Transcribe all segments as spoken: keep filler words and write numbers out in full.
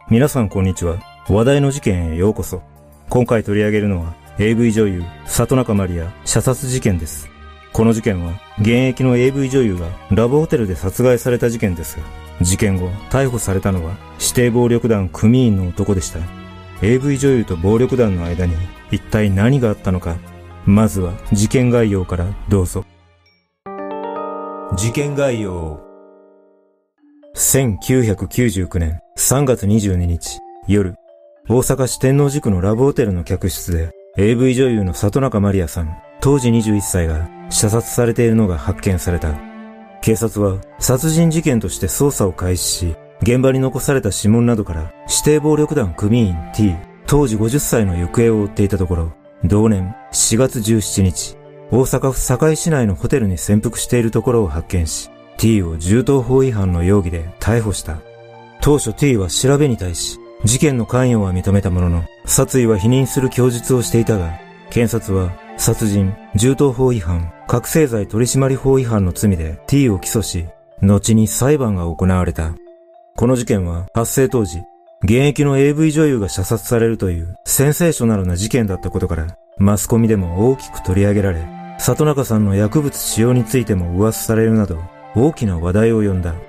皆さんこんにちは。話題の事件へようこそ。今回取り上げるのは エーブイ 女優里中マリア射殺事件です。この事件は現役の エーブイ 女優がラブホテルで殺害された事件ですが、事件後逮捕されたのは指定暴力団組員の男でした。エーブイ 女優と暴力団の間に一体何があったのか。まずは事件概要からどうぞ。事件概要。せんきゅうひゃくきゅうじゅうきゅうねんさんがつにじゅうににち夜、大阪市天王寺区のラブホテルの客室で エーブイ 女優の里中マリアさん、当時にじゅういっさいが射殺されているのが発見された。警察は殺人事件として捜査を開始し、現場に残された指紋などから指定暴力団組員 T、当時ごじゅっさいの行方を追っていたところ、同年しがつじゅうしちにち、大阪府堺市内のホテルに潜伏しているところを発見し、T を銃刀法違反の容疑で逮捕した。当初 T は調べに対し、事件の関与は認めたものの、殺意は否認する供述をしていたが、検察は殺人、銃刀法違反、覚醒剤取締法違反の罪で T を起訴し、後に裁判が行われた。この事件は発生当時、現役の エーブイ 女優が射殺されるというセンセーショナルな事件だったことから、マスコミでも大きく取り上げられ、里中さんの薬物使用についても噂されるなど、大きな話題を呼んだ。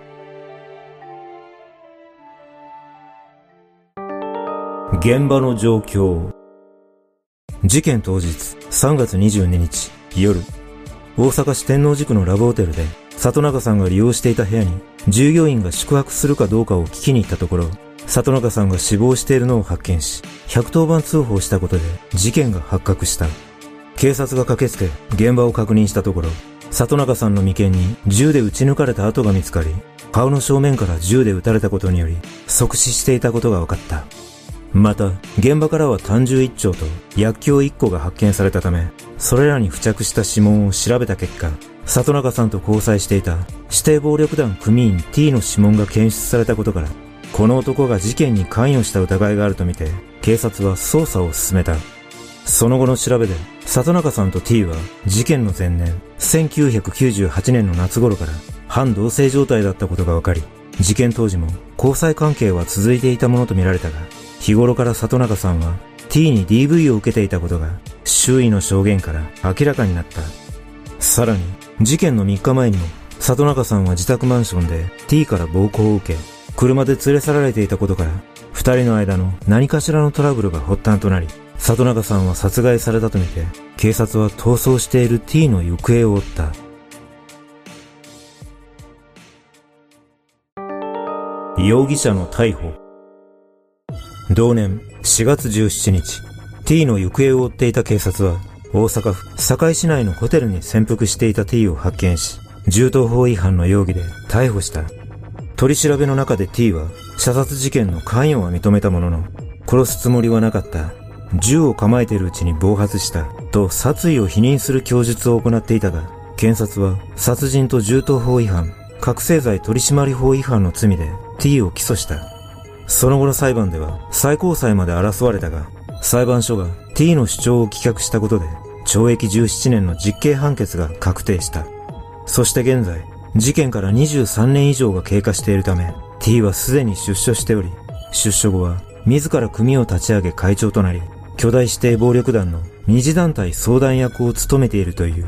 現場の状況。事件当日さんがつにじゅうににち夜、大阪市天王寺区のラブホテルで里中さんが利用していた部屋に従業員が宿泊するかどうかを聞きに行ったところ、里中さんが死亡しているのを発見し、ひゃくとおばん通報したことで事件が発覚した。警察が駆けつけ現場を確認したところ、里中さんの眉間に銃で撃ち抜かれた跡が見つかり、顔の正面から銃で撃たれたことにより即死していたことが分かった。また、現場からは単銃一丁と薬莢一個が発見されたため、それらに付着した指紋を調べた結果、里中さんと交際していた指定暴力団組員 T の指紋が検出されたことから、この男が事件に関与した疑いがあるとみて、警察は捜査を進めた。その後の調べで、里中さんと T は事件の前年、せんきゅうひゃくきゅうじゅうはちねんの夏頃から半同棲状態だったことが分かり、事件当時も交際関係は続いていたものとみられたが、日頃から里中さんは T に ディーブイ を受けていたことが周囲の証言から明らかになった。さらに、事件のみっかまえにも里中さんは自宅マンションで T から暴行を受け、車で連れ去られていたことから、二人の間の何かしらのトラブルが発端となり、里中さんは殺害されたとみて、警察は逃走している T の行方を追った。容疑者の逮捕。同年しがつじゅうしちにち、T の行方を追っていた警察は、大阪府堺市内のホテルに潜伏していた T を発見し、銃刀法違反の容疑で逮捕した。取り調べの中で T は、射殺事件の関与は認めたものの、殺すつもりはなかった。銃を構えているうちに暴発した。と殺意を否認する供述を行っていたが、検察は殺人と銃刀法違反、覚醒剤取締法違反の罪で T を起訴した。その後の裁判では最高裁まで争われたが、裁判所が T の主張を棄却したことで懲役じゅうななねんの実刑判決が確定した。そして現在、事件からにじゅうさんねん以上が経過しているため、T はすでに出所しており、出所後は自ら組を立ち上げ会長となり、巨大指定暴力団の二次団体相談役を務めているという。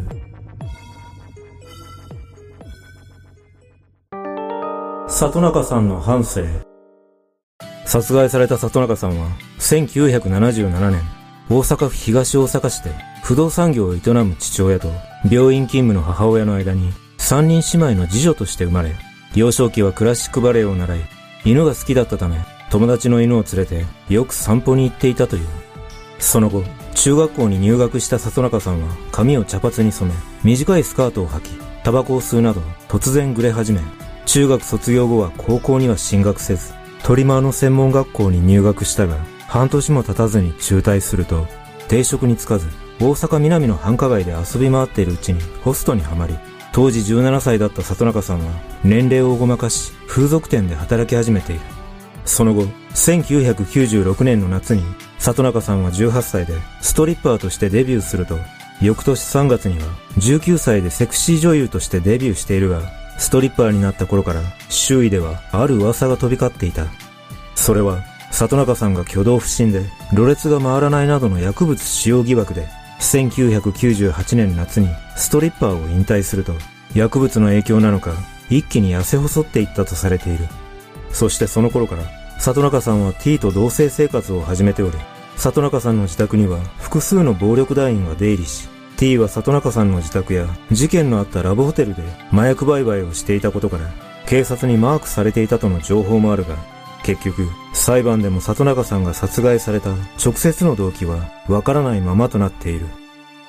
里中さんの半生。殺害された里中さんはせんきゅうひゃくななじゅうななねん、大阪府東大阪市で不動産業を営む父親と病院勤務の母親の間に三人姉妹の次女として生まれ、幼少期はクラシックバレエを習い、犬が好きだったため友達の犬を連れてよく散歩に行っていたという。その後、中学校に入学した里中さんは髪を茶髪に染め、短いスカートを履き、タバコを吸うなど突然グレ始め、中学卒業後は高校には進学せず、トリマーの専門学校に入学したが、半年も経たずに中退すると、定職に就かず、大阪南の繁華街で遊び回っているうちにホストにはまり、当時じゅうななさいだった里中さんは年齢をごまかし、風俗店で働き始めている。その後、せんきゅうひゃくきゅうじゅうろくねんの夏に、里中さんはじゅうはっさいでストリッパーとしてデビューすると、翌年さんがつにはじゅうきゅうさいでセクシー女優としてデビューしているが、ストリッパーになった頃から周囲ではある噂が飛び交っていた。それは里中さんが挙動不審で、ろれつが回らないなどの薬物使用疑惑で、せんきゅうひゃくきゅうじゅうはちねん夏にストリッパーを引退すると、薬物の影響なのか、一気に痩せ細っていったとされている。そしてその頃から、里中さんは T と同棲生活を始めており、里中さんの自宅には複数の暴力団員が出入りし、T は里中さんの自宅や事件のあったラブホテルで麻薬売買をしていたことから、警察にマークされていたとの情報もあるが、結局、裁判でも里中さんが殺害された直接の動機はわからないままとなっている。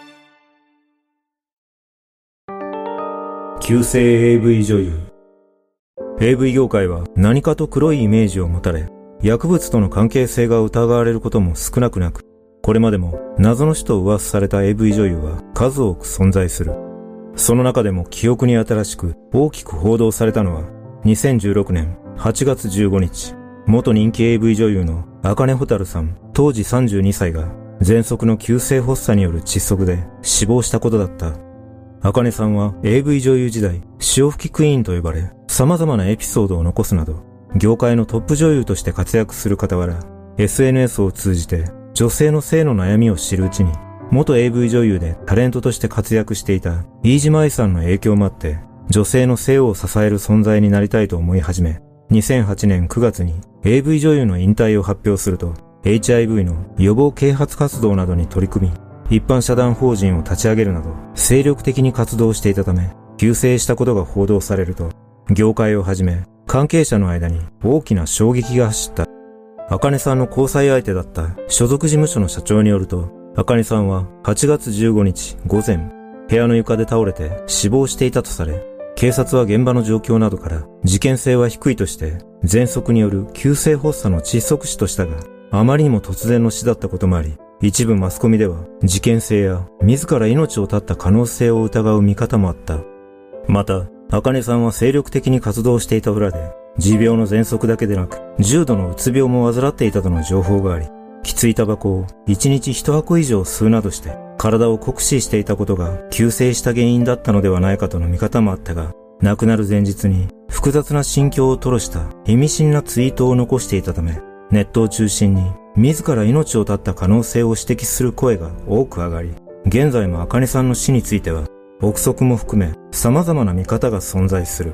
旧姓 エーブイ 女優。エーブイ 業界は何かと黒いイメージを持たれ、薬物との関係性が疑われることも少なくなく、これまでも謎の死と噂された エーブイ 女優は数多く存在する。その中でも記憶に新しく大きく報道されたのは、にせんじゅうろくねんはちがつじゅうごにち、元人気 エーブイ 女優の茜蛍さん、当時さんじゅうにさいが、喘息の急性発作による窒息で死亡したことだった。茜さんは エーブイ 女優時代、潮吹きクイーンと呼ばれ、様々なエピソードを残すなど、業界のトップ女優として活躍する傍ら、エスエヌエス を通じて女性の性の悩みを知るうちに、元 エーブイ 女優でタレントとして活躍していた飯島愛さんの影響もあって、女性の性を支える存在になりたいと思い始め、にせんはちねんくがつに エーブイ 女優の引退を発表すると、エイチアイブイ の予防啓発活動などに取り組み、一般社団法人を立ち上げるなど、精力的に活動していたため、急逝したことが報道されると、業界をはじめ、関係者の間に大きな衝撃が走った。茜さんの交際相手だった所属事務所の社長によると、茜さんははちがつじゅうごにち午前、部屋の床で倒れて死亡していたとされ、警察は現場の状況などから事件性は低いとして、喘息による急性発作の窒息死としたが、あまりにも突然の死だったこともあり、一部マスコミでは事件性や自ら命を絶った可能性を疑う見方もあった。また、茜さんは精力的に活動していた裏で、持病の喘息だけでなく、重度のうつ病も患っていたとの情報があり、きついタバコをいちにちいちはこ以上吸うなどして、体を酷使していたことが急逝した原因だったのではないかとの見方もあったが、亡くなる前日に複雑な心境を吐露した意味深なツイートを残していたため、ネットを中心に自ら命を絶った可能性を指摘する声が多く上がり、現在も茜さんの死については、憶測も含め様々な見方が存在する。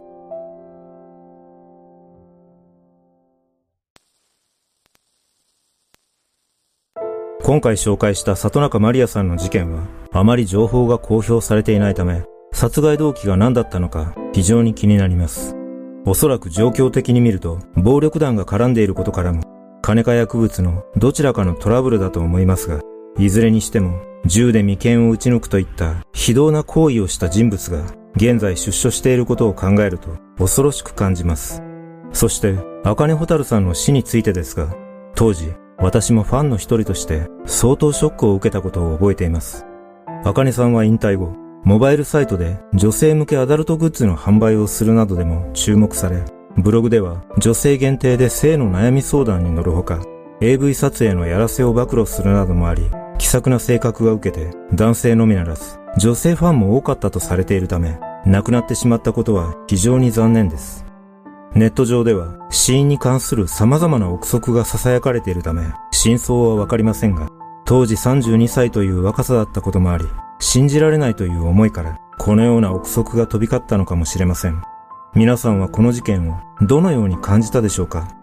今回紹介した里中マリアさんの事件は、あまり情報が公表されていないため、殺害動機が何だったのか非常に気になります。おそらく状況的に見ると、暴力団が絡んでいることからも、金か薬物のどちらかのトラブルだと思いますが、いずれにしても、銃で眉間を撃ち抜くといった非道な行為をした人物が、現在出所していることを考えると恐ろしく感じます。そして、茜蛍さんの死についてですが、当時、私もファンの一人として相当ショックを受けたことを覚えています。茜さんは引退後、モバイルサイトで女性向けアダルトグッズの販売をするなどでも注目され、ブログでは女性限定で性の悩み相談に乗るほか、エーブイ 撮影のやらせを暴露するなどもあり、気さくな性格が受けて男性のみならず女性ファンも多かったとされているため、亡くなってしまったことは非常に残念です。ネット上では死因に関する様々な憶測が囁かれているため、真相はわかりませんが、当時さんじゅうにさいという若さだったこともあり、信じられないという思いからこのような憶測が飛び交ったのかもしれません。皆さんはこの事件をどのように感じたでしょうか？